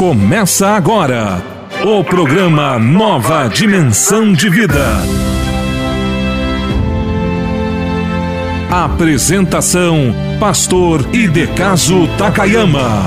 Começa agora o programa Nova Dimensão de Vida. Apresentação: Pastor Idecaso Takayama.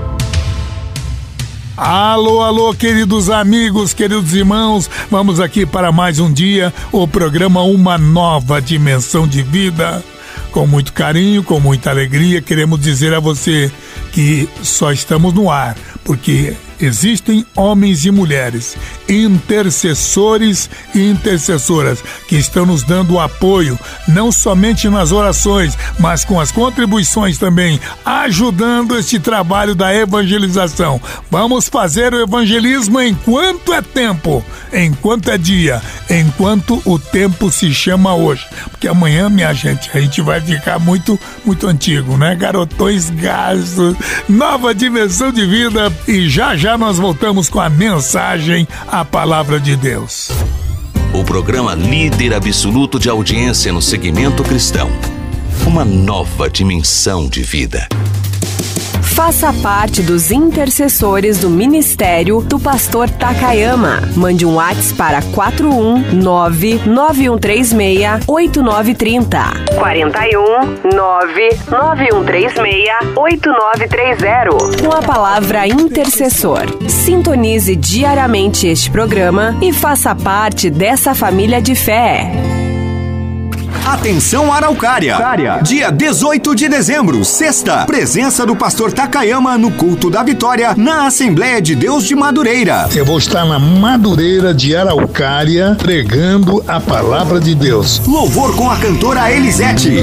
Alô, alô, queridos amigos, queridos irmãos, vamos aqui para mais um dia, o programa Uma Nova Dimensão de Vida. Com muito carinho, com muita alegria, queremos dizer a você que só estamos no ar, porque existem homens e mulheres, intercessores e intercessoras, que estão nos dando apoio, não somente nas orações, mas com as contribuições também, ajudando este trabalho da evangelização. Vamos fazer o evangelismo enquanto é tempo, enquanto é dia, enquanto o tempo se chama hoje. Porque amanhã, minha gente, a gente vai ficar muito antigo, né? Garotões gastos, nova dimensão de vida, e já nós voltamos com a mensagem, a palavra de Deus. O programa líder absoluto de audiência no segmento cristão. Uma nova dimensão de vida. Faça parte dos intercessores do ministério do Pastor Takayama. Mande um WhatsApp para 419-9136-8930. 419-9136-8930. Com a palavra intercessor. Sintonize diariamente este programa e faça parte dessa família de fé. Atenção Araucária, dia 18 de dezembro, sexta, presença do Pastor Takayama no culto da vitória na Assembleia de Deus de Madureira. Eu vou estar na Madureira de Araucária pregando a palavra de Deus. Louvor com a cantora Elisete.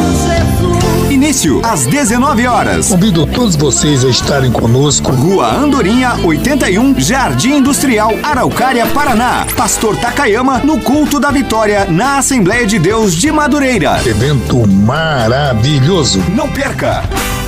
Início às 19 horas. Convido todos vocês a estarem conosco. Rua Andorinha, 81, Jardim Industrial, Araucária, Paraná. Pastor Takayama no culto da vitória na Assembleia de Deus de Madureira. Evento maravilhoso. Não perca!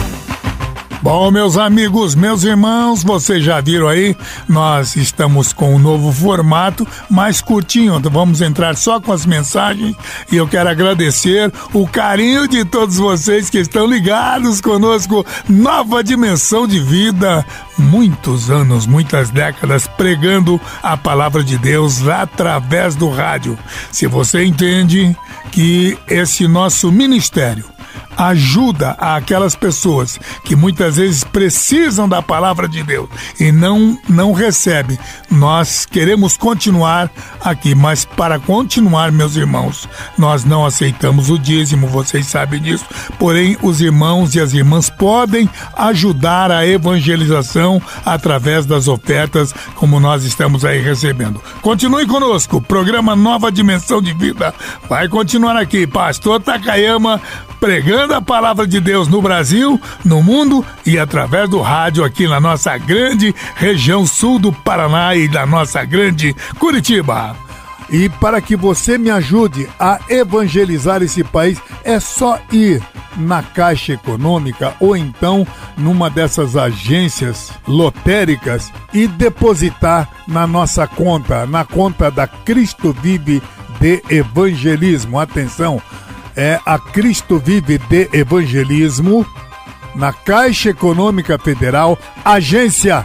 Bom, meus amigos, meus irmãos, vocês já viram aí, nós estamos com um novo formato, mais curtinho, vamos entrar só com as mensagens, e eu quero agradecer o carinho de todos vocês que estão ligados conosco, Nova Dimensão de Vida, muitos anos, muitas décadas pregando a palavra de Deus através do rádio. Se você entende que esse nosso ministério ajuda aquelas pessoas que muitas vezes precisam da palavra de Deus e não recebem, nós queremos continuar aqui, mas para continuar, meus irmãos, nós não aceitamos o dízimo, vocês sabem disso, porém os irmãos e as irmãs podem ajudar a evangelização através das ofertas, como nós estamos aí recebendo. Continue conosco, o programa Nova Dimensão de Vida vai continuar aqui, Pastor Takayama pregando a palavra de Deus no Brasil, no mundo e através do rádio aqui na nossa grande região sul do Paraná e da nossa grande Curitiba. E para que você me ajude a evangelizar esse país, é só ir na Caixa Econômica ou então numa dessas agências lotéricas e depositar na nossa conta, na conta da Cristo Vive de Evangelismo. Atenção! É a Cristo Vive de Evangelismo, na Caixa Econômica Federal, agência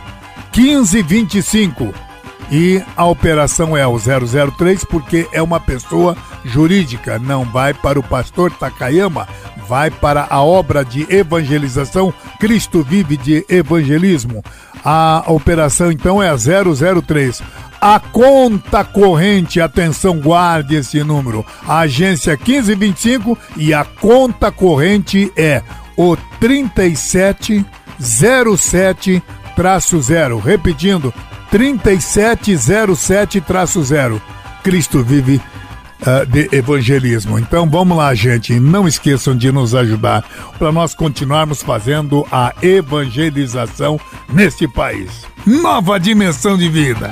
1525. E a operação é o 003, porque é uma pessoa jurídica, não vai para o Pastor Takayama, vai para a obra de evangelização Cristo Vive de Evangelismo. A operação então é a 003. A conta corrente, atenção, guarde esse número, a agência 1525 e a conta corrente é o 3707-0, repetindo, 3707-0, Cristo Vive de Evangelismo. Então vamos lá, gente, não esqueçam de nos ajudar para nós continuarmos fazendo a evangelização neste país. Nova Dimensão de Vida.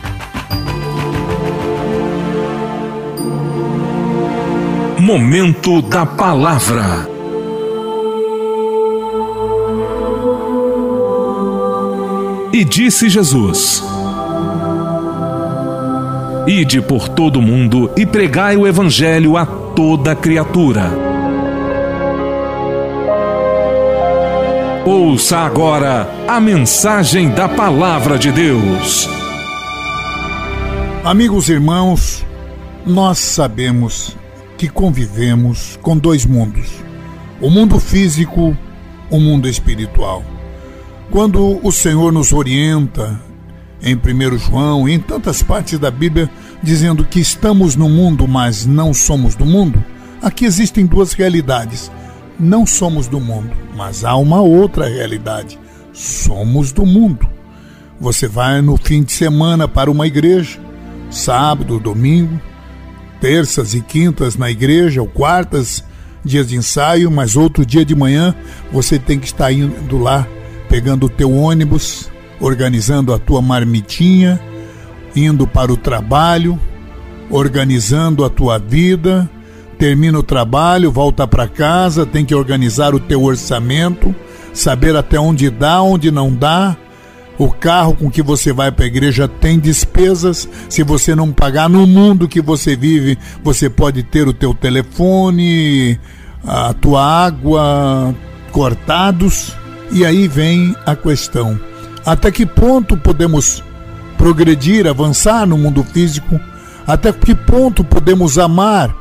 Momento da Palavra. E disse Jesus: Ide por todo o mundo e pregai o evangelho a toda criatura. Ouça agora a mensagem da Palavra de Deus. Amigos e irmãos, nós sabemos que convivemos com dois mundos: o mundo físico, o mundo espiritual. Quando o Senhor nos orienta em 1 João e em tantas partes da Bíblia, dizendo que estamos no mundo, mas não somos do mundo, aqui existem duas realidades. Não somos do mundo, mas há uma outra realidade: somos do mundo. Você vai no fim de semana para uma igreja, sábado, domingo, terças e quintas na igreja, ou quartas, dias de ensaio, mas outro dia de manhã você tem que estar indo lá, pegando o teu ônibus, organizando a tua marmitinha, indo para o trabalho, organizando a tua vida. Termina o trabalho, volta para casa, tem que organizar o teu orçamento, saber até onde dá, onde não dá. O carro com que você vai para a igreja tem despesas. Se você não pagar, no mundo que você vive, você pode ter o teu telefone, a tua água cortados. E aí vem a questão: até que ponto podemos progredir, avançar no mundo físico? Até que ponto podemos amar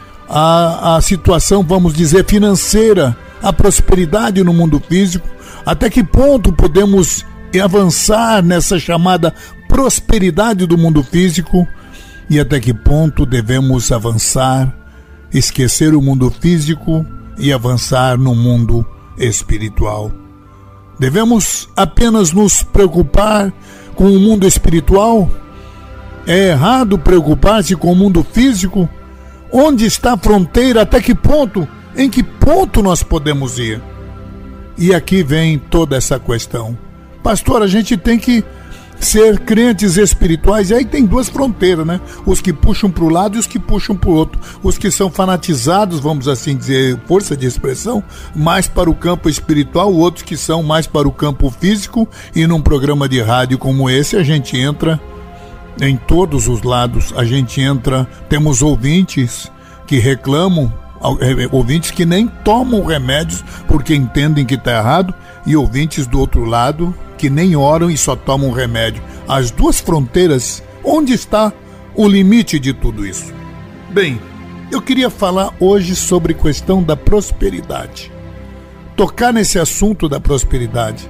a situação, vamos dizer, financeira, a prosperidade no mundo físico? Até que ponto podemos avançar nessa chamada prosperidade do mundo físico? E até que ponto devemos avançar, esquecer o mundo físico e avançar no mundo espiritual? Devemos apenas nos preocupar com o mundo espiritual? É errado preocupar-se com o mundo físico? Onde está a fronteira? Até que ponto? Em que ponto nós podemos ir? E aqui vem toda essa questão. Pastor, a gente tem que ser crentes espirituais. E aí tem duas fronteiras, né? Os que puxam para o lado e os que puxam para o outro. Os que são fanatizados, vamos assim dizer, força de expressão, mais para o campo espiritual. Outros que são mais para o campo físico. E num programa de rádio como esse, a gente entra em todos os lados. A gente entra, temos ouvintes que reclamam, ouvintes que nem tomam remédios porque entendem que está errado, e ouvintes do outro lado que nem oram e só tomam remédio. As duas fronteiras, onde está o limite de tudo isso? Bem, eu queria falar hoje sobre a questão da prosperidade. Tocar nesse assunto da prosperidade.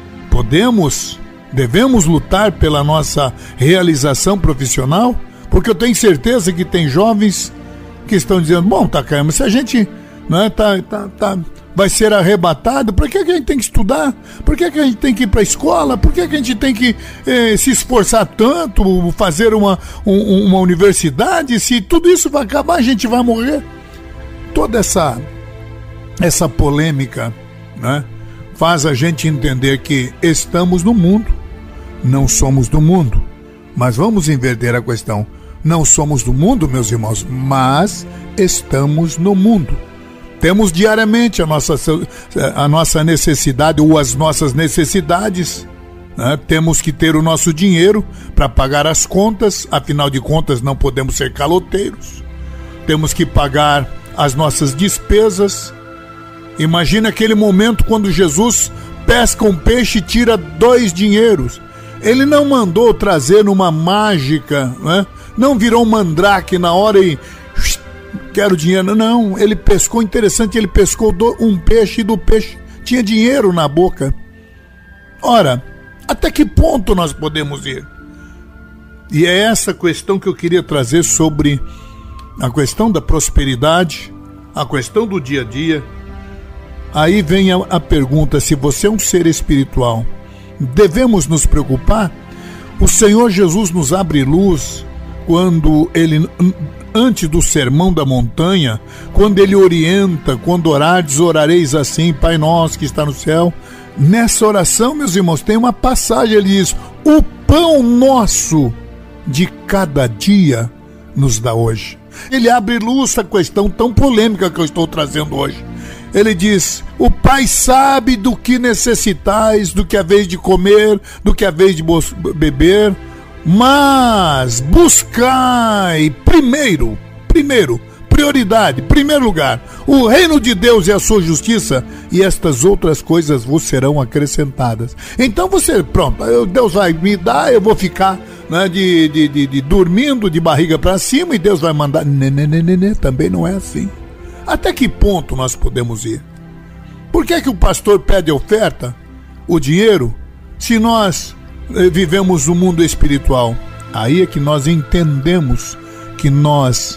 Devemos lutar pela nossa realização profissional? Porque eu tenho certeza que tem jovens que estão dizendo: bom, Takayama, se a gente vai ser arrebatado, por que a gente tem que estudar? Por que a gente tem que ir para a escola? Por que a gente tem que se esforçar tanto, fazer uma universidade? Se tudo isso vai acabar, a gente vai morrer. Toda essa polêmica, né, faz a gente entender que estamos no mundo. Não somos do mundo. Mas vamos inverter a questão. Não somos do mundo, meus irmãos, mas estamos no mundo. Temos diariamente a nossa necessidade ou as nossas necessidades, né? Temos que ter o nosso dinheiro para pagar as contas, afinal de contas não podemos ser caloteiros. Temos que pagar as nossas despesas. Imagina aquele momento quando Jesus pesca um peixe e tira 2 dinheiros. Ele não mandou trazer numa mágica, né? Não virou um mandrake na hora e quero dinheiro. Não, ele pescou, interessante, ele pescou um peixe e do peixe tinha dinheiro na boca. Ora, até que ponto nós podemos ir? E é essa questão que eu queria trazer sobre a questão da prosperidade, a questão do dia a dia. Aí vem a pergunta: se você é um ser espiritual, devemos nos preocupar? O Senhor Jesus nos abre luz quando ele, antes do sermão da montanha, quando ele orienta: quando orardes, orareis assim, Pai nosso que está no céu. Nessa oração, meus irmãos, tem uma passagem, ele diz: o pão nosso de cada dia nos dá hoje. Ele abre luz a questão tão polêmica que eu estou trazendo hoje. Ele diz: o Pai sabe do que necessitais, do que é vez de comer, do que é vez de beber, mas buscai primeiro prioridade, primeiro lugar, o reino de Deus e a sua justiça, e estas outras coisas vos serão acrescentadas. Então você, pronto, Deus vai me dar, eu vou ficar, né, dormindo de barriga para cima, e Deus vai mandar. Também não é assim. Até que ponto nós podemos ir? Por que o pastor pede oferta, o dinheiro, se nós vivemos no mundo espiritual? Aí é que nós entendemos que nós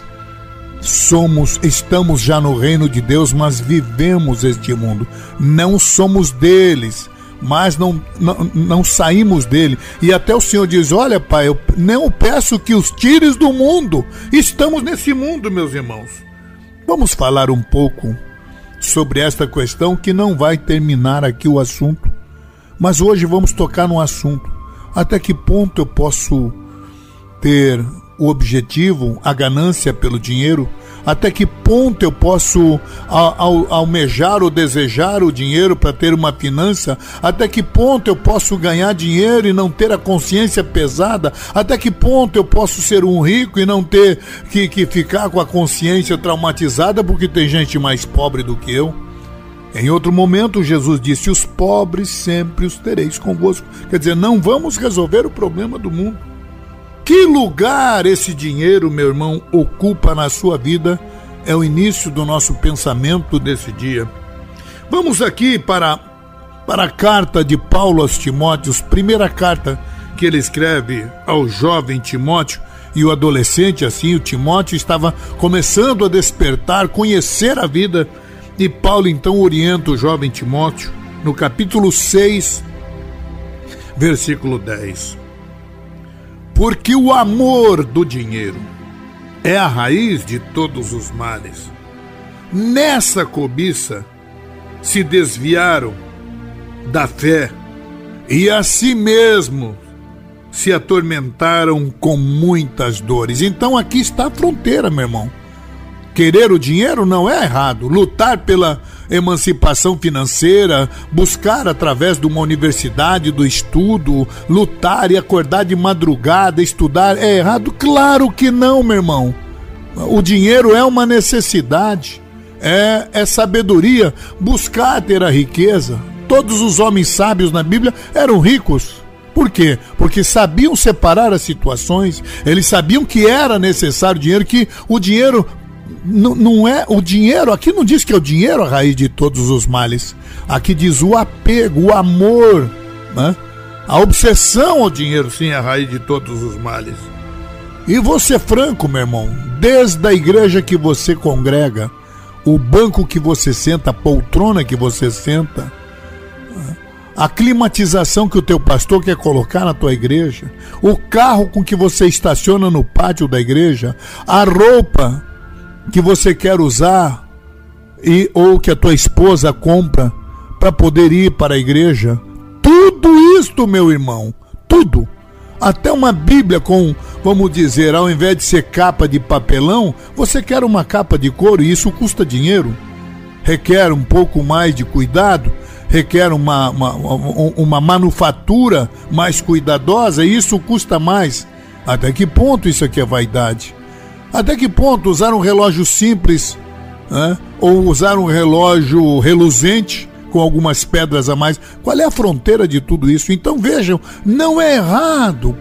estamos já no reino de Deus, mas vivemos este mundo. Não somos deles, mas não saímos dele. E até o Senhor diz: olha, Pai, eu não peço que os tires do mundo. Estamos nesse mundo, meus irmãos. Vamos falar um pouco sobre esta questão, que não vai terminar aqui o assunto, mas hoje vamos tocar no assunto. Até que ponto eu posso ter o objetivo, a ganância pelo dinheiro? Até que ponto eu posso almejar ou desejar o dinheiro para ter uma finança? Até que ponto eu posso ganhar dinheiro e não ter a consciência pesada? Até que ponto eu posso ser um rico e não ter que ficar com a consciência traumatizada porque tem gente mais pobre do que eu? Em outro momento, Jesus disse: os pobres sempre os tereis convosco. Quer dizer, não vamos resolver o problema do mundo. Que lugar esse dinheiro, meu irmão, ocupa na sua vida? É o início do nosso pensamento desse dia. Vamos aqui para a carta de Paulo aos Timóteos, primeira carta que ele escreve ao jovem Timóteo, e o adolescente, assim, o Timóteo, estava começando a despertar, conhecer a vida, e Paulo então orienta o jovem Timóteo no capítulo 6, versículo 10. Porque o amor do dinheiro é a raiz de todos os males. Nessa cobiça se desviaram da fé e a si mesmo se atormentaram com muitas dores. Então aqui está a fronteira, meu irmão. Querer o dinheiro não é errado. Lutar pela emancipação financeira, buscar através de uma universidade, do estudo, lutar e acordar de madrugada, estudar, é errado? Claro que não, meu irmão. O dinheiro é uma necessidade, é sabedoria. Buscar ter a riqueza. Todos os homens sábios na Bíblia eram ricos. Por quê? Porque sabiam separar as situações, eles sabiam que era necessário dinheiro, que o dinheiro não é o dinheiro. Aqui não diz que é o dinheiro a raiz de todos os males. Aqui diz o apego, o amor, né? A obsessão ao dinheiro, sim, é a raiz de todos os males. E vou ser franco, meu irmão, desde a igreja que você congrega, o banco que você senta, a poltrona que você senta, a climatização que o teu pastor quer colocar na tua igreja, o carro com que você estaciona no pátio da igreja, a roupa que você quer usar ou que a tua esposa compra para poder ir para a igreja, tudo isto, meu irmão, tudo, até uma Bíblia com, vamos dizer, ao invés de ser capa de papelão, você quer uma capa de couro, e isso custa dinheiro, requer um pouco mais de cuidado, requer uma manufatura mais cuidadosa, e isso custa mais. Até que ponto isso aqui é vaidade? Até que ponto usar um relógio simples, né? Ou usar um relógio reluzente com algumas pedras a mais? Qual é a fronteira de tudo isso? Então vejam, não é errado.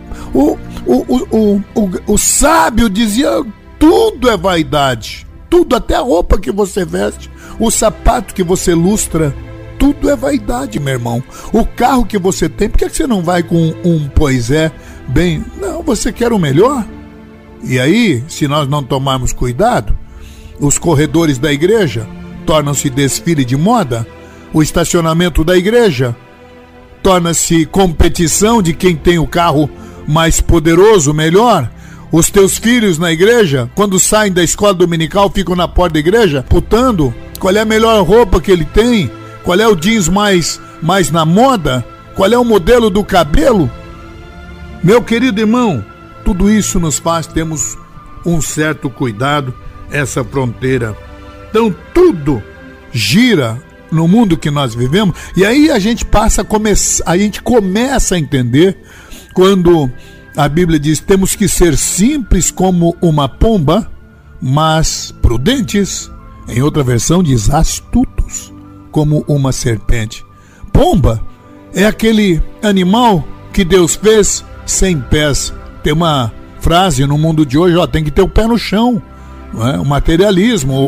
O sábio dizia: tudo é vaidade, tudo, até a roupa que você veste, o sapato que você lustra, tudo é vaidade, meu irmão. O carro que você tem, por que você não vai com um Pois é? Bem, não, você quer o melhor? E aí, se nós não tomarmos cuidado, os corredores da igreja tornam-se desfile de moda, o estacionamento da igreja torna-se competição de quem tem o carro mais poderoso, melhor. Os teus filhos na igreja, quando saem da escola dominical, ficam na porta da igreja, putando qual é a melhor roupa que ele tem, qual é o jeans mais na moda, qual é o modelo do cabelo. Meu querido irmão, tudo isso nos faz termos um certo cuidado, essa fronteira. Então tudo gira no mundo que nós vivemos, e aí a gente começa a entender quando a Bíblia diz: temos que ser simples como uma pomba, mas prudentes. Em outra versão diz astutos, como uma serpente. Pomba é aquele animal que Deus fez sem pés. Tem uma frase no mundo de hoje, tem que ter o pé no chão, não é? O materialismo,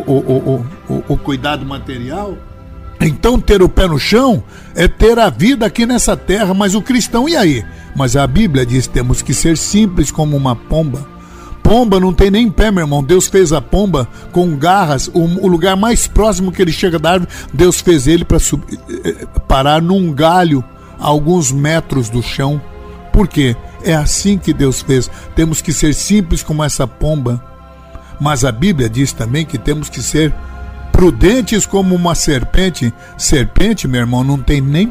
o cuidado material. Então ter o pé no chão é ter a vida aqui nessa terra. Mas o cristão, e aí? Mas a Bíblia diz que temos que ser simples como uma pomba. Pomba não tem nem pé, meu irmão. Deus fez a pomba com garras. O lugar mais próximo que ele chega da árvore, Deus fez ele para parar num galho a alguns metros do chão. Por quê? É assim que Deus fez. Temos que ser simples como essa pomba. Mas a Bíblia diz também que temos que ser prudentes como uma serpente. Serpente, meu irmão, não tem nem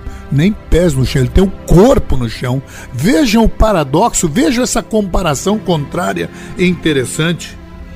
pés no chão, ele tem um corpo no chão. Vejam o paradoxo, vejam essa comparação contrária e interessante.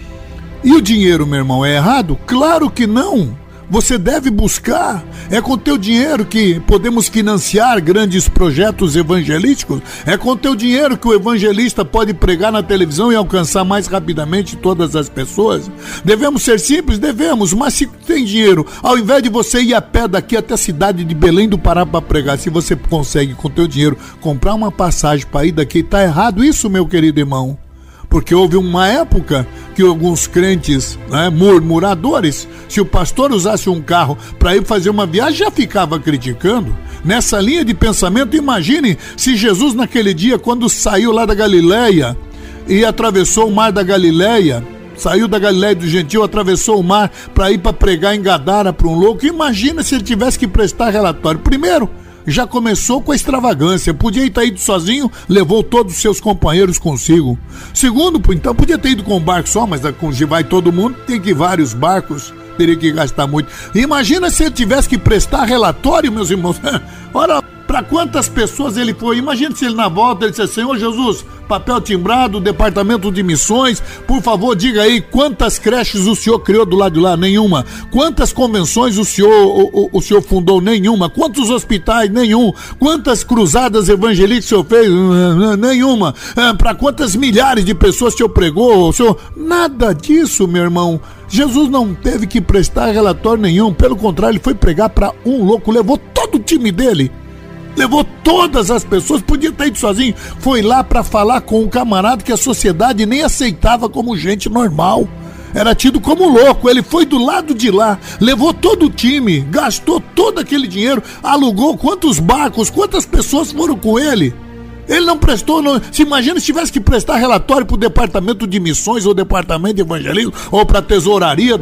E o dinheiro, meu irmão, é errado? Claro que não. Você deve buscar. É com teu dinheiro que podemos financiar grandes projetos evangelísticos. É com teu dinheiro que o evangelista pode pregar na televisão e alcançar mais rapidamente todas as pessoas. Devemos ser simples? Devemos. Mas se tem dinheiro, ao invés de você ir a pé daqui até a cidade de Belém do Pará para pregar, se você consegue com teu dinheiro comprar uma passagem para ir daqui, está errado isso, meu querido irmão. Porque houve uma época que alguns crentes, murmuradores, se o pastor usasse um carro para ir fazer uma viagem, já ficava criticando. Nessa linha de pensamento, imagine se Jesus naquele dia, quando saiu lá da Galileia e atravessou o mar da Galileia, saiu da Galileia do Gentil, atravessou o mar para ir para pregar em Gadara para um louco. Imagina se ele tivesse que prestar relatório. Primeiro, já começou com a extravagância. Podia ter ido sozinho, levou todos os seus companheiros consigo. Segundo, então podia ter ido com um barco só, mas se vai todo mundo, tem que ir vários barcos, teria que gastar muito. Imagina se ele tivesse que prestar relatório, meus irmãos. Ora, para quantas pessoas ele foi? Imagina se ele na volta, ele disse: Senhor Jesus, papel timbrado, departamento de missões, por favor, diga aí, quantas creches o senhor criou do lado de lá? Nenhuma. Quantas convenções o senhor fundou? Nenhuma. Quantos hospitais? Nenhum. Quantas cruzadas evangelísticas o senhor fez? Nenhuma. Para quantas milhares de pessoas o senhor pregou? Nada disso, meu irmão. Jesus não teve que prestar relatório nenhum, pelo contrário, ele foi pregar para um louco, levou todo o time dele. Levou todas as pessoas, podia ter ido sozinho. Foi lá para falar com um camarada que a sociedade nem aceitava como gente normal. Era tido como louco. Ele foi do lado de lá, levou todo o time, gastou todo aquele dinheiro, alugou quantos barcos, quantas pessoas foram com ele. Ele não prestou, se imagina se tivesse que prestar relatório para o departamento de missões, ou departamento de evangelismo, ou para a tesouraria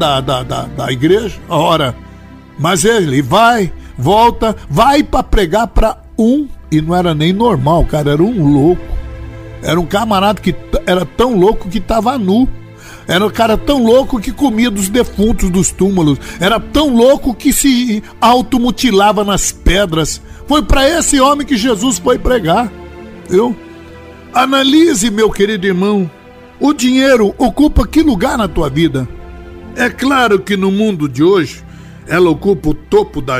da igreja. Ora, mas ele vai, volta, vai para pregar para e não era nem normal, cara, era um louco. Era um camarada que era tão louco que estava nu. Era um cara tão louco que comia dos defuntos dos túmulos. Era tão louco que se automutilava nas pedras. Foi para esse homem que Jesus foi pregar. Viu? Analise, meu querido irmão, o dinheiro ocupa que lugar na tua vida? É claro que no mundo de hoje ela ocupa o topo da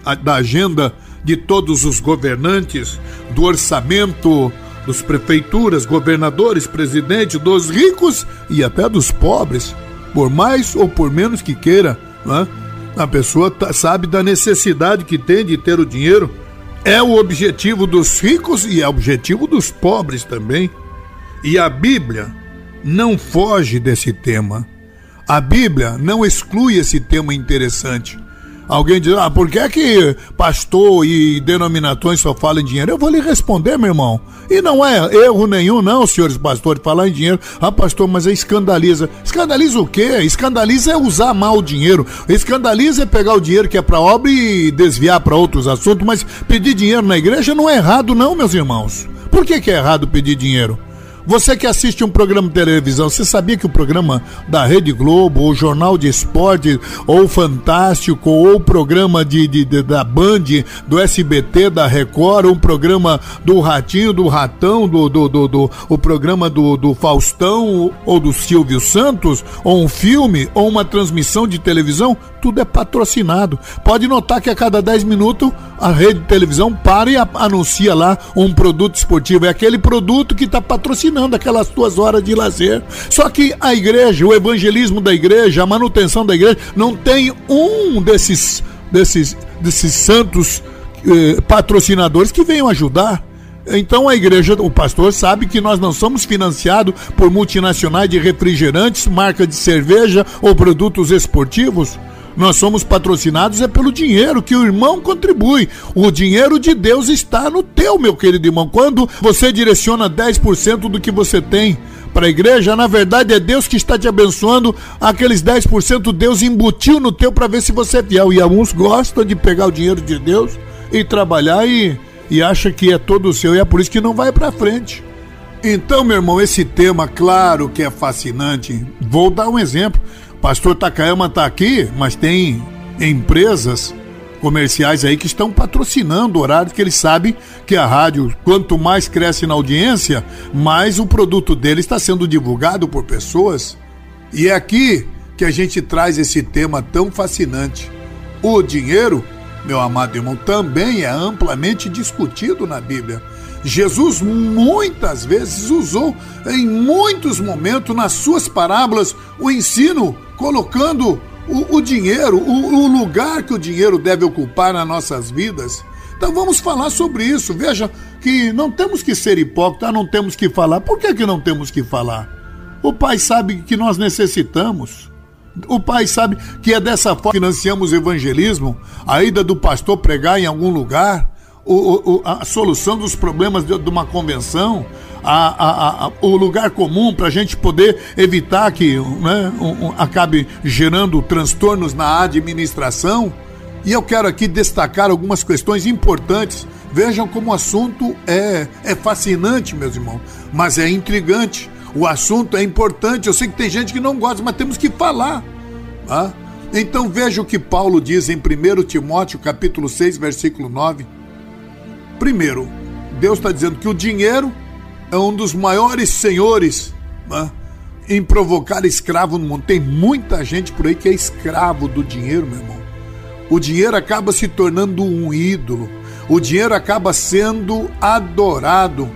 agenda de todos os governantes, do orçamento, dos prefeituras, governadores, presidentes, dos ricos e até dos pobres, por mais ou por menos que queira, né? A pessoa sabe da necessidade que tem de ter o dinheiro. É o objetivo dos ricos e é o objetivo dos pobres também. E a Bíblia não foge desse tema. A Bíblia não exclui esse tema interessante. Alguém diz: por que é que pastor e denominações só falam em dinheiro? Eu vou lhe responder, meu irmão. E não é erro nenhum, não, senhores pastores, falar em dinheiro. Pastor, mas escandaliza. Escandaliza o quê? Escandaliza é usar mal o dinheiro. Escandaliza é pegar o dinheiro que é para obra e desviar para outros assuntos. Mas pedir dinheiro na igreja não é errado, não, meus irmãos. Por que é errado pedir dinheiro? Você que assiste um programa de televisão, você sabia que o programa da Rede Globo, ou o Jornal de Esporte, ou o Fantástico, ou o programa da Band, do SBT, da Record, ou um programa do Ratinho, do Ratão, o programa do Faustão, ou do Silvio Santos, ou um filme, ou uma transmissão de televisão, tudo é patrocinado. Pode notar que a cada 10 minutos a rede de televisão para e anuncia lá um produto esportivo. É aquele produto que está patrocinando aquelas tuas horas de lazer. Só que a igreja, o evangelismo da igreja, a manutenção da igreja, não tem um desses santos patrocinadores que venham ajudar. Então a igreja, o pastor sabe que nós não somos financiados por multinacionais de refrigerantes, marca de cerveja ou produtos esportivos. Nós somos patrocinados pelo dinheiro que o irmão contribui. O dinheiro de Deus está no teu, meu querido irmão. Quando você direciona 10% do que você tem para a igreja, na verdade é Deus que está te abençoando. Aqueles 10% Deus embutiu no teu para ver se você é fiel. E alguns gostam de pegar o dinheiro de Deus e trabalhar e acha que é todo seu, e é por isso que não vai para frente. Então, meu irmão, esse tema, claro que é fascinante. Vou dar um exemplo. Pastor Takayama está aqui, mas tem empresas comerciais aí que estão patrocinando horários que eles sabem que a rádio, quanto mais cresce na audiência, mais o produto dele está sendo divulgado por pessoas. E é aqui que a gente traz esse tema tão fascinante. O dinheiro, meu amado irmão, também é amplamente discutido na Bíblia. Jesus muitas vezes usou em muitos momentos nas suas parábolas o ensino, colocando o dinheiro, o lugar que o dinheiro deve ocupar nas nossas vidas. Então vamos falar sobre isso. Veja que não temos que ser hipócritas, não temos que falar. Por que não temos que falar? O Pai sabe que nós necessitamos. O Pai sabe que é dessa forma que financiamos o evangelismo, a ida do pastor pregar em algum lugar, a solução dos problemas de uma convenção, o lugar comum para a gente poder evitar que, né, acabe gerando transtornos na administração. E eu quero aqui destacar algumas questões importantes. Vejam como o assunto é fascinante, meus irmãos, mas é intrigante. O assunto é importante. Eu sei que tem gente que não gosta, mas temos que falar. Tá? Então veja o que Paulo diz em 1 Timóteo capítulo 6, versículo 9. Primeiro, Deus está dizendo que o dinheiro é um dos maiores senhores, né, em provocar escravo no mundo. Tem muita gente por aí que é escravo do dinheiro, meu irmão. O dinheiro acaba se tornando um ídolo. O dinheiro acaba sendo adorado.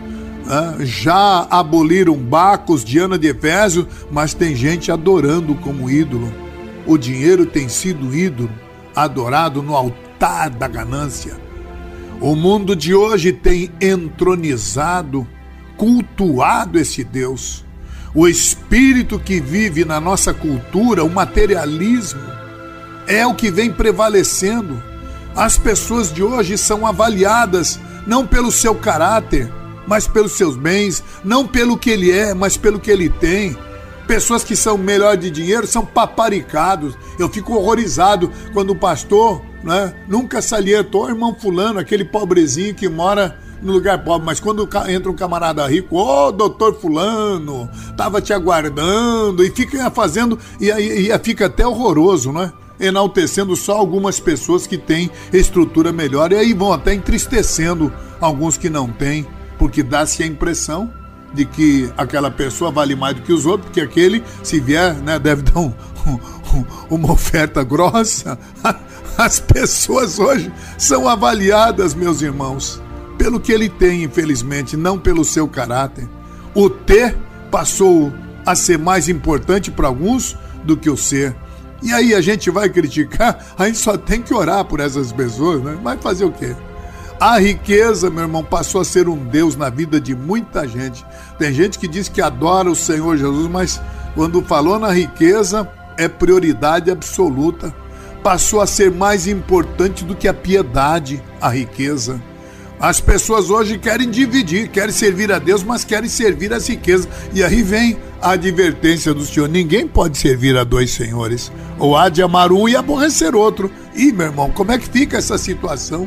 Já aboliram Bacos, Diana de Efésio, mas tem gente adorando como ídolo. O dinheiro tem sido ídolo, adorado no altar da ganância. O mundo de hoje tem entronizado, cultuado esse Deus. O espírito que vive na nossa cultura, o materialismo, é o que vem prevalecendo. As pessoas de hoje são avaliadas não pelo seu caráter, mas pelos seus bens, não pelo que ele é, mas pelo que ele tem. Pessoas que são melhor de dinheiro são paparicados. Eu fico horrorizado quando o pastor, né, nunca salientou, irmão fulano, aquele pobrezinho que mora no lugar pobre, mas quando entra um camarada rico, doutor fulano, tava te aguardando, e fica fazendo, e fica até horroroso, né? Enaltecendo só algumas pessoas que têm estrutura melhor, e aí vão até entristecendo alguns que não têm, porque dá-se a impressão de que aquela pessoa vale mais do que os outros, porque aquele, se vier, né, deve dar uma oferta grossa. As pessoas hoje são avaliadas, meus irmãos, pelo que ele tem, infelizmente, não pelo seu caráter. O ter passou a ser mais importante para alguns do que o ser. E aí a gente vai criticar, a gente só tem que orar por essas pessoas, né? Vai fazer o quê? A riqueza, meu irmão, passou a ser um Deus na vida de muita gente. Tem gente que diz que adora o Senhor Jesus, mas quando falou na riqueza, é prioridade absoluta. Passou a ser mais importante do que a piedade, a riqueza. As pessoas hoje querem dividir, querem servir a Deus, mas querem servir as riquezas. E aí vem a advertência do Senhor: ninguém pode servir a dois senhores. Ou há de amar um e aborrecer outro. E, meu irmão, como é que fica essa situação?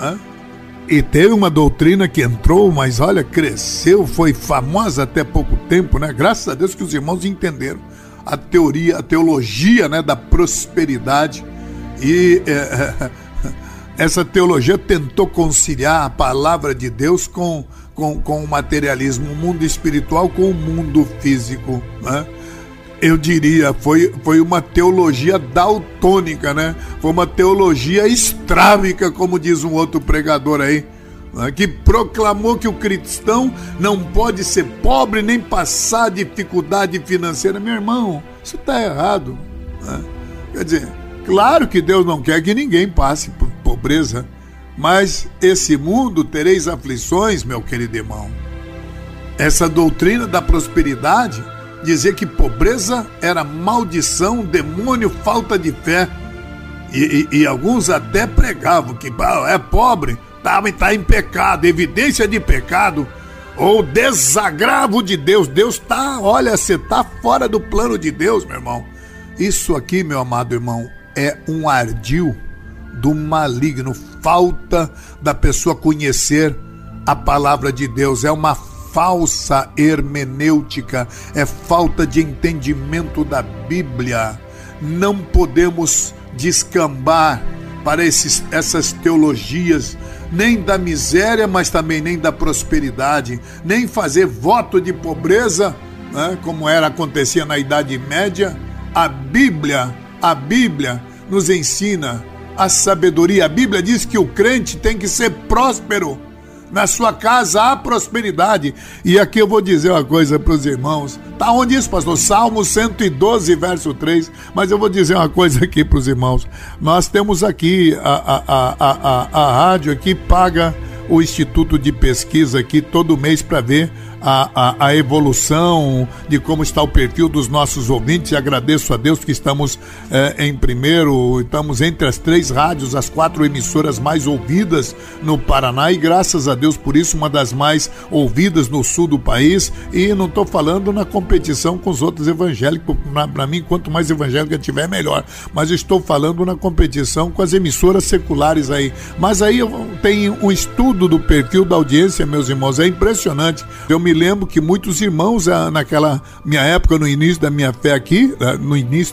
E teve uma doutrina que entrou, mas olha, cresceu, foi famosa até pouco tempo, né? Graças a Deus que os irmãos entenderam a teologia, né, da prosperidade. E essa teologia tentou conciliar a palavra de Deus com o materialismo, o mundo espiritual com o mundo físico, né? eu diria, foi uma teologia daltônica, né? Foi uma teologia estrábica, como diz um outro pregador aí, né? Que proclamou que o cristão não pode ser pobre nem passar dificuldade financeira. Meu irmão, isso está errado, né? Quer dizer, claro que Deus não quer que ninguém passe por pobreza, mas esse mundo tereis aflições, meu querido irmão. Essa doutrina da prosperidade dizia que pobreza era maldição, demônio, falta de fé. E alguns até pregavam que é pobre, está em pecado, evidência de pecado, ou desagravo de Deus. Deus está, olha, você está fora do plano de Deus, meu irmão. Isso aqui, meu amado irmão, é um ardil do maligno, falta da pessoa conhecer a palavra de Deus, é uma falsa hermenêutica, é falta de entendimento da Bíblia. Não podemos descambar para essas teologias, nem da miséria, mas também nem da prosperidade, nem fazer voto de pobreza, né, como acontecia na Idade Média. A Bíblia nos ensina a sabedoria. A Bíblia diz que o crente tem que ser próspero. Na sua casa há prosperidade. E aqui eu vou dizer uma coisa para os irmãos. Tá onde isso, pastor? Salmo 112, verso 3. Mas eu vou dizer uma coisa aqui para os irmãos. Nós temos aqui, a rádio aqui paga o Instituto de Pesquisa aqui todo mês para ver a evolução de como está o perfil dos nossos ouvintes, e agradeço a Deus que estamos em primeiro, estamos entre as 3 rádios, as 4 emissoras mais ouvidas no Paraná, e graças a Deus por isso, uma das mais ouvidas no sul do país. E não estou falando na competição com os outros evangélicos, para mim quanto mais evangélica tiver melhor, mas estou falando na competição com as emissoras seculares aí. Mas aí eu tenho um estudo do perfil da audiência, meus irmãos, é impressionante. Eu me lembro que muitos irmãos, naquela minha época, no início da minha fé aqui, no início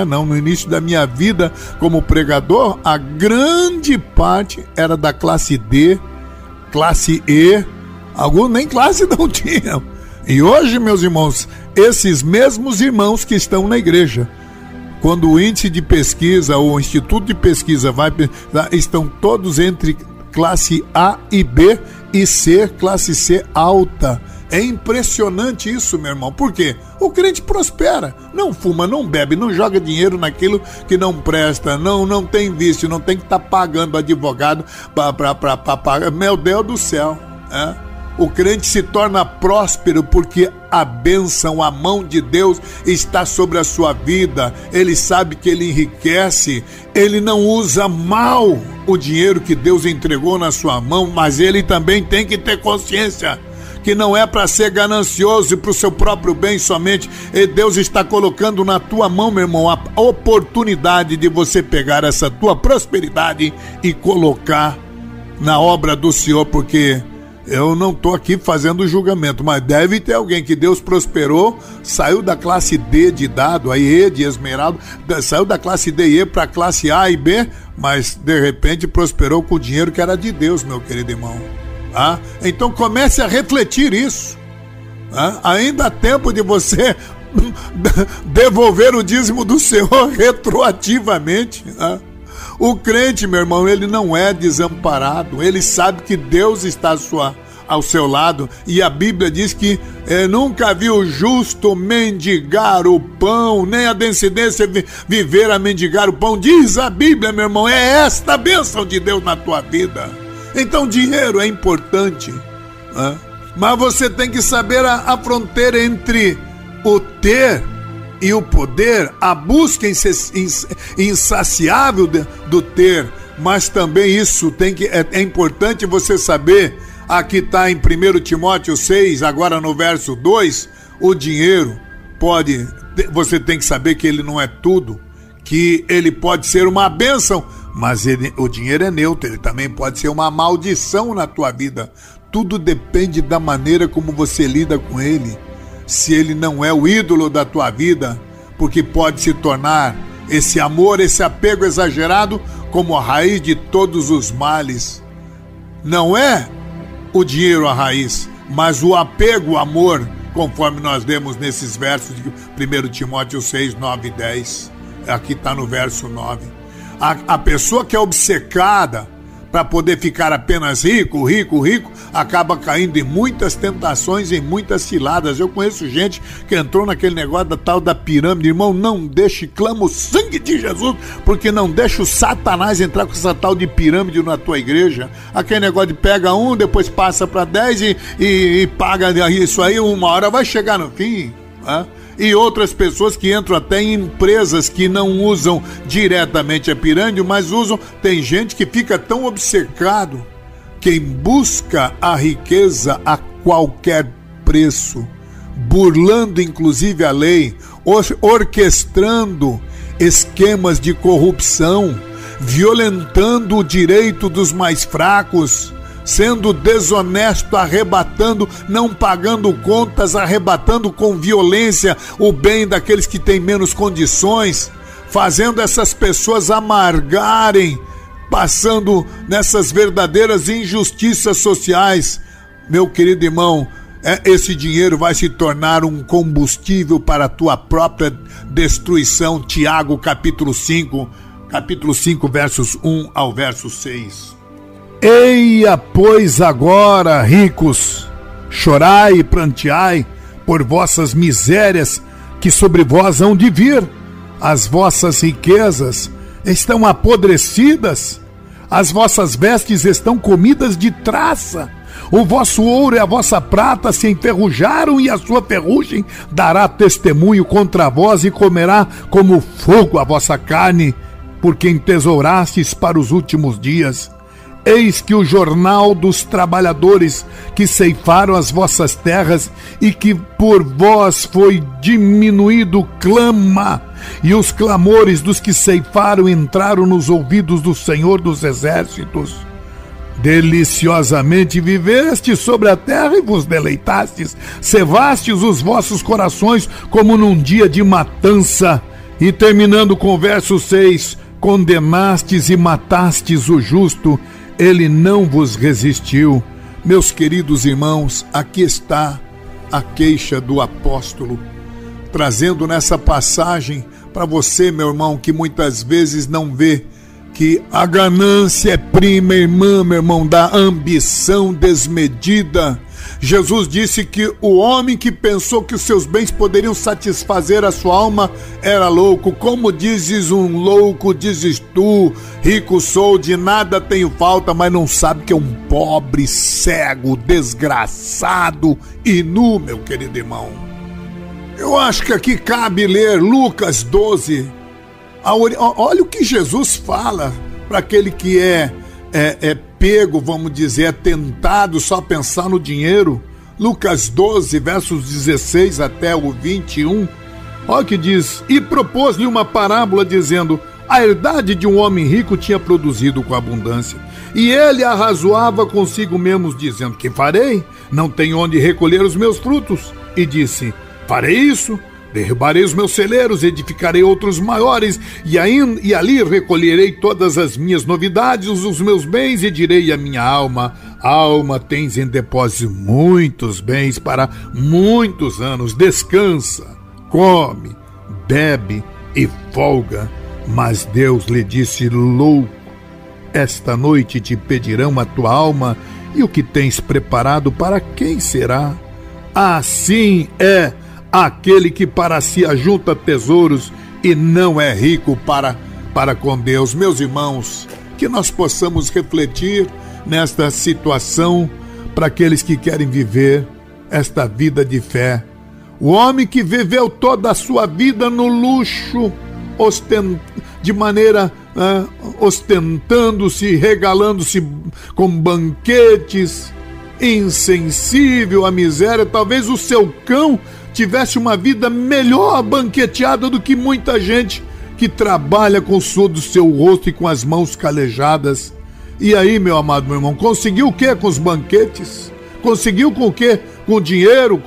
da minha vida como pregador, a grande parte era da classe D, classe E, alguns nem classe não tinham. E hoje, meus irmãos, esses mesmos irmãos que estão na igreja, quando o índice de pesquisa, ou o Instituto de Pesquisa estão todos entre classe A e B e C, classe C alta. É impressionante isso, meu irmão. Por quê? O crente prospera, não fuma, não bebe, não joga dinheiro naquilo que não presta, não tem vício, não tem que estar pagando advogado para pagar. Meu Deus do céu, O crente se torna próspero porque a bênção, a mão de Deus está sobre a sua vida. Ele sabe que ele enriquece, ele não usa mal o dinheiro que Deus entregou na sua mão, mas ele também tem que ter consciência que não é para ser ganancioso e para o seu próprio bem somente. E Deus está colocando na tua mão, meu irmão, a oportunidade de você pegar essa tua prosperidade e colocar na obra do Senhor, porque eu não estou aqui fazendo julgamento, mas deve ter alguém que Deus prosperou, saiu da classe D de dado, aí E de esmeralda, saiu da classe D e E para a classe A e B, mas de repente prosperou com o dinheiro que era de Deus, meu querido irmão. Então comece a refletir isso. Ainda há tempo de você devolver o dízimo do Senhor retroativamente. O crente, meu irmão, ele não é desamparado, ele sabe que Deus está ao seu lado, e a Bíblia diz que nunca viu o justo mendigar o pão, nem a descendência viver a mendigar o pão. Diz a Bíblia, meu irmão, é esta a bênção de Deus na tua vida. Então dinheiro é importante, mas você tem que saber a fronteira entre o ter e o poder, a busca insaciável do ter, mas também isso é importante você saber. Aqui está em 1 Timóteo 6, agora no verso 2, o dinheiro você tem que saber que ele não é tudo, que ele pode ser uma bênção, mas o dinheiro é neutro, ele também pode ser uma maldição na tua vida. Tudo depende da maneira como você lida com ele. Se ele não é o ídolo da tua vida, porque pode se tornar esse amor, esse apego exagerado como a raiz de todos os males. Não é o dinheiro a raiz, mas o apego, o amor, conforme nós lemos nesses versos de 1 Timóteo 6, 9 e 10. Aqui está no verso 9. A pessoa que é obcecada para poder ficar apenas rico, acaba caindo em muitas tentações, em muitas ciladas. Eu conheço gente que entrou naquele negócio da tal da pirâmide. Irmão, não deixe, clama o sangue de Jesus, porque não deixa o Satanás entrar com essa tal de pirâmide na tua igreja. Aquele negócio de pega um, depois passa para 10 e paga isso aí, uma hora vai chegar no fim, né? E outras pessoas que entram até em empresas que não usam diretamente a pirâmide, mas usam. Tem gente que fica tão obcecado que busca a riqueza a qualquer preço, burlando inclusive a lei, orquestrando esquemas de corrupção, violentando o direito dos mais fracos, sendo desonesto, arrebatando, não pagando contas, arrebatando com violência o bem daqueles que têm menos condições, fazendo essas pessoas amargarem, passando nessas verdadeiras injustiças sociais. Meu querido irmão, esse dinheiro vai se tornar um combustível para a tua própria destruição. Tiago capítulo 5, versos 1 ao verso 6. Eia, pois agora, ricos, chorai e pranteai por vossas misérias que sobre vós hão de vir. As vossas riquezas estão apodrecidas, as vossas vestes estão comidas de traça, o vosso ouro e a vossa prata se enferrujaram, e a sua ferrugem dará testemunho contra vós, e comerá como fogo a vossa carne, porque entesourastes para os últimos dias. Eis que o jornal dos trabalhadores que ceifaram as vossas terras e que por vós foi diminuído clama, e os clamores dos que ceifaram entraram nos ouvidos do Senhor dos Exércitos. Deliciosamente vivestes sobre a terra e vos deleitastes, cevastes os vossos corações como num dia de matança. E terminando com o verso 6, condenastes e matastes o justo, ele não vos resistiu. Meus queridos irmãos, aqui está a queixa do apóstolo, trazendo nessa passagem para você, meu irmão, que muitas vezes não vê que a ganância é prima irmã, meu irmão, da ambição desmedida. Jesus disse que o homem que pensou que os seus bens poderiam satisfazer a sua alma era louco. Como dizes um louco, dizes tu, rico sou, de nada tenho falta, mas não sabe que é um pobre, cego, desgraçado e nu, meu querido irmão. Eu acho que aqui cabe ler Lucas 12. Olha o que Jesus fala para aquele que é pego, vamos dizer, é tentado só pensar no dinheiro. Lucas 12, versos 16 até o 21. Olha o que diz: e propôs-lhe uma parábola dizendo: a herdade de um homem rico tinha produzido com abundância, e ele arrazoava consigo mesmo, dizendo: que farei? Não tenho onde recolher os meus frutos. E disse: farei isso, derrubarei os meus celeiros, edificarei outros maiores, e ali recolherei todas as minhas novidades, os meus bens, e direi à minha alma: alma, tens em depósito muitos bens para muitos anos, descansa, come, bebe e folga. Mas Deus lhe disse: louco, esta noite te pedirão a tua alma, e o que tens preparado para quem será? Assim é aquele que para si ajunta tesouros e não é rico para com Deus. Meus irmãos, que nós possamos refletir nesta situação para aqueles que querem viver esta vida de fé. O homem que viveu toda a sua vida no luxo, de maneira ostentando-se, regalando-se com banquetes, insensível à miséria. Talvez o seu cão tivesse uma vida melhor banqueteada do que muita gente que trabalha com o suor do seu rosto e com as mãos calejadas. E aí, meu amado meu irmão, conseguiu o quê com os banquetes? Conseguiu com o quê? Com dinheiro,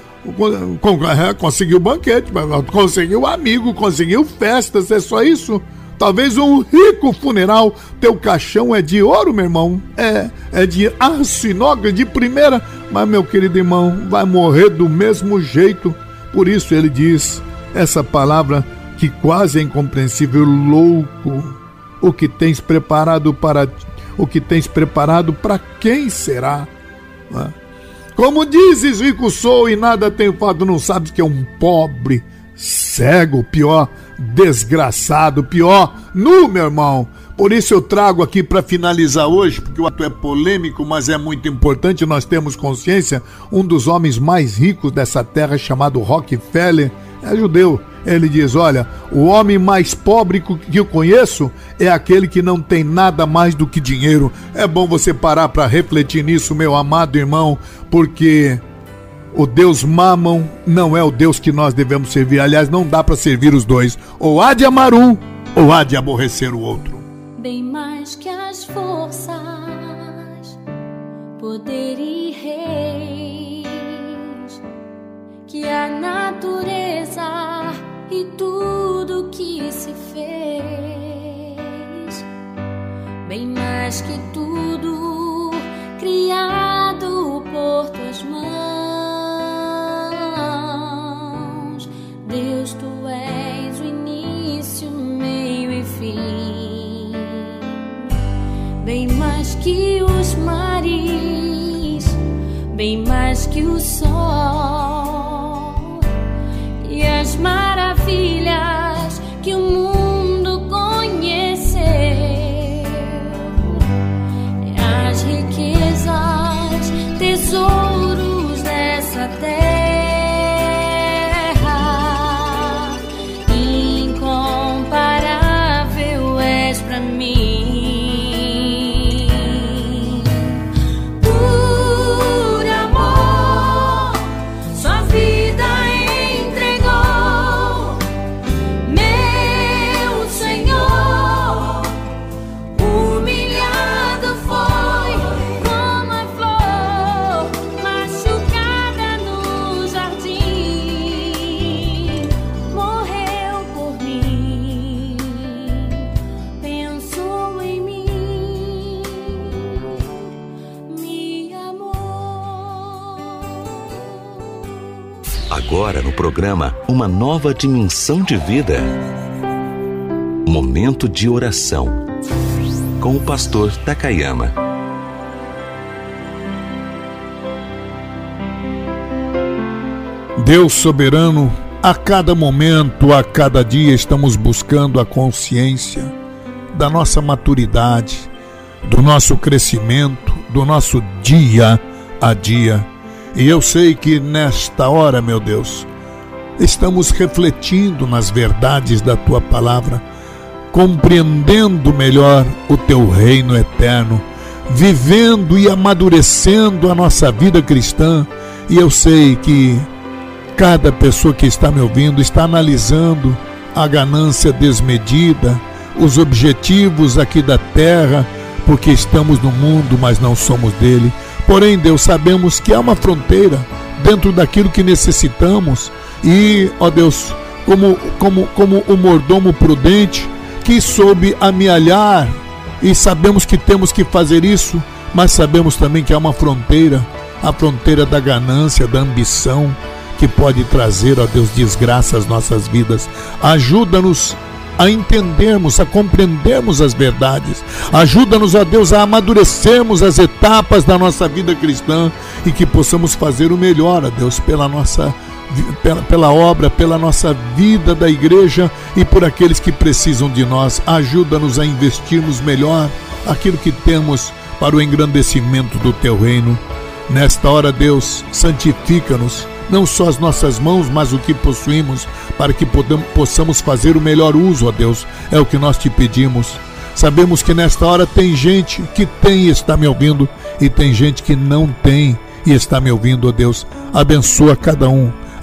conseguiu banquete, conseguiu amigo, conseguiu festas, é só isso? Talvez um rico funeral. Teu caixão é de ouro, meu irmão, é de aço inox de primeira. Mas, meu querido irmão, vai morrer do mesmo jeito. Por isso ele diz essa palavra que quase é incompreensível: louco, o que tens preparado para quem será? Como dizes, rico sou e nada tenho feito, não sabes que é um pobre, cego, pior, desgraçado, pior, nu, meu irmão. Por isso eu trago aqui para finalizar hoje, porque o ato é polêmico, mas é muito importante, nós temos consciência, um dos homens mais ricos dessa terra, chamado Rockefeller, é judeu. Ele diz: olha, o homem mais pobre que eu conheço é aquele que não tem nada mais do que dinheiro. É bom você parar para refletir nisso, meu amado irmão, porque o Deus Mamon não é o Deus que nós devemos servir. Aliás, não dá para servir os dois. Ou há de amar um, ou há de aborrecer o outro. Bem mais que as forças, poder e reis, que a natureza e tudo que se fez, bem mais que tudo criado por tuas mãos. Deus, tu és o início, meio e fim, bem mais que os mares, bem mais que o sol e as maravilhas que o mundo conheceu, as riquezas, tesouros dessa terra, incomparável és pra mim. Agora no programa Uma Nova Dimensão de Vida. Momento de oração com o pastor Takayama. Deus soberano, a cada momento, a cada dia estamos buscando a consciência da nossa maturidade, do nosso crescimento, do nosso dia a dia. E eu sei que nesta hora, meu Deus, estamos refletindo nas verdades da Tua Palavra, compreendendo melhor o Teu reino eterno, vivendo e amadurecendo a nossa vida cristã. E eu sei que cada pessoa que está me ouvindo está analisando a ganância desmedida, os objetivos aqui da terra, porque estamos no mundo, mas não somos dele. Porém, Deus, sabemos que há uma fronteira dentro daquilo que necessitamos. E, ó Deus, como o mordomo prudente que soube amealhar, e sabemos que temos que fazer isso, mas sabemos também que há uma fronteira, a fronteira da ganância, da ambição, que pode trazer, ó Deus, desgraça às nossas vidas. Ajuda-nos a entendermos, a compreendermos as verdades. Ajuda-nos, ó Deus, a amadurecermos as etapas da nossa vida cristã e que possamos fazer o melhor, ó Deus, pela obra, pela nossa vida da igreja e por aqueles que precisam de nós. Ajuda-nos a investirmos melhor aquilo que temos para o engrandecimento do Teu reino. Nesta hora, Deus, santifica-nos, não só as nossas mãos, mas o que possuímos, para que possamos fazer o melhor uso, ó Deus. É o que nós te pedimos. Sabemos que nesta hora tem gente que tem e está me ouvindo, e tem gente que não tem e está me ouvindo, ó Deus. Abençoa cada um,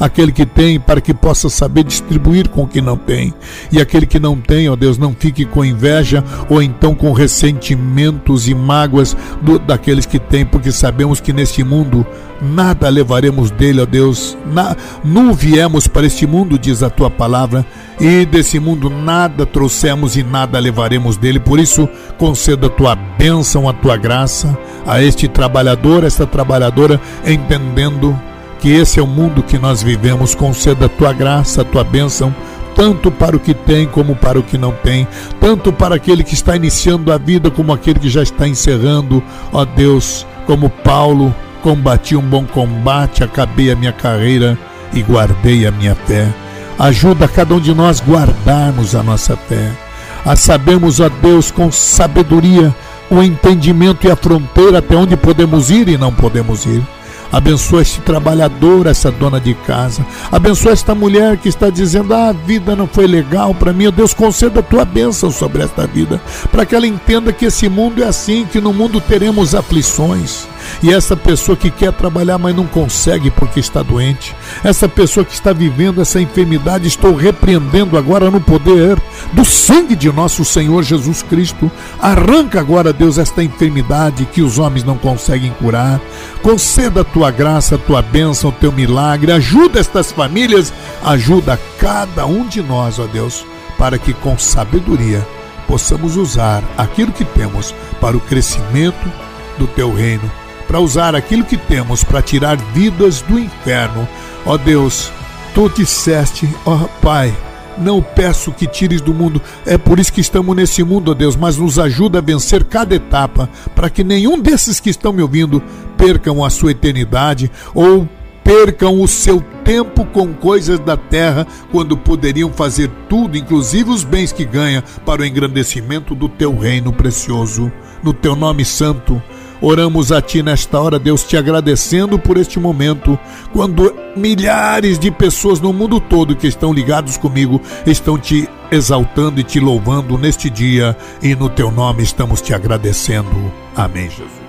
aquele que tem, para que possa saber distribuir com o que não tem. E aquele que não tem, ó Deus, não fique com inveja ou então com ressentimentos e mágoas daqueles que têm, porque sabemos que neste mundo nada levaremos dele, ó Deus. Não viemos para este mundo, diz a tua palavra, e desse mundo nada trouxemos e nada levaremos dele. Por isso, conceda a tua bênção, a tua graça a este trabalhador, esta trabalhadora, entendendo que esse é o mundo que nós vivemos. Conceda a tua graça, a tua bênção, tanto para o que tem como para o que não tem, tanto para aquele que está iniciando a vida como aquele que já está encerrando. Ó Deus, como Paulo, combati um bom combate, acabei a minha carreira e guardei a minha fé. Ajuda cada um de nós guardarmos a nossa fé, a sabermos, ó Deus, com sabedoria, o entendimento e a fronteira até onde podemos ir e não podemos ir. Abençoa este trabalhador, essa dona de casa. Abençoa esta mulher que está dizendo: a vida não foi legal para mim. Deus, conceda a tua bênção sobre esta vida, para que ela entenda que esse mundo é assim, que no mundo teremos aflições. E essa pessoa que quer trabalhar, mas não consegue porque está doente, essa pessoa que está vivendo essa enfermidade, estou repreendendo agora no poder do sangue de nosso Senhor Jesus Cristo. Arranca agora, Deus, esta enfermidade que os homens não conseguem curar. Conceda a tua graça, a tua bênção, o teu milagre. Ajuda estas famílias, ajuda cada um de nós, ó Deus, para que com sabedoria possamos usar aquilo que temos para o crescimento do teu reino, para usar aquilo que temos para tirar vidas do inferno. Ó Deus, tu disseste, ó Pai, não peço que tires do mundo, é por isso que estamos nesse mundo, ó Deus, mas nos ajuda a vencer cada etapa, para que nenhum desses que estão me ouvindo percam a sua eternidade ou percam o seu tempo com coisas da terra, quando poderiam fazer tudo, inclusive os bens que ganham, para o engrandecimento do teu reino precioso. No teu nome santo, oramos a ti nesta hora, Deus, te agradecendo por este momento, quando milhares de pessoas no mundo todo que estão ligados comigo estão te exaltando e te louvando neste dia, e no teu nome estamos te agradecendo. Amém, Jesus.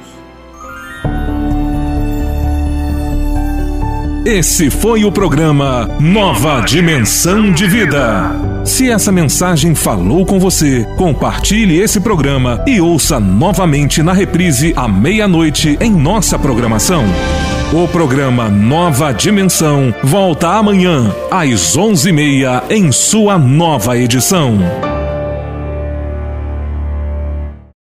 Esse foi o programa Nova Dimensão de Vida. Se essa mensagem falou com você, compartilhe esse programa e ouça novamente na reprise à meia-noite em nossa programação. O programa Nova Dimensão volta amanhã às 11h30 em sua nova edição.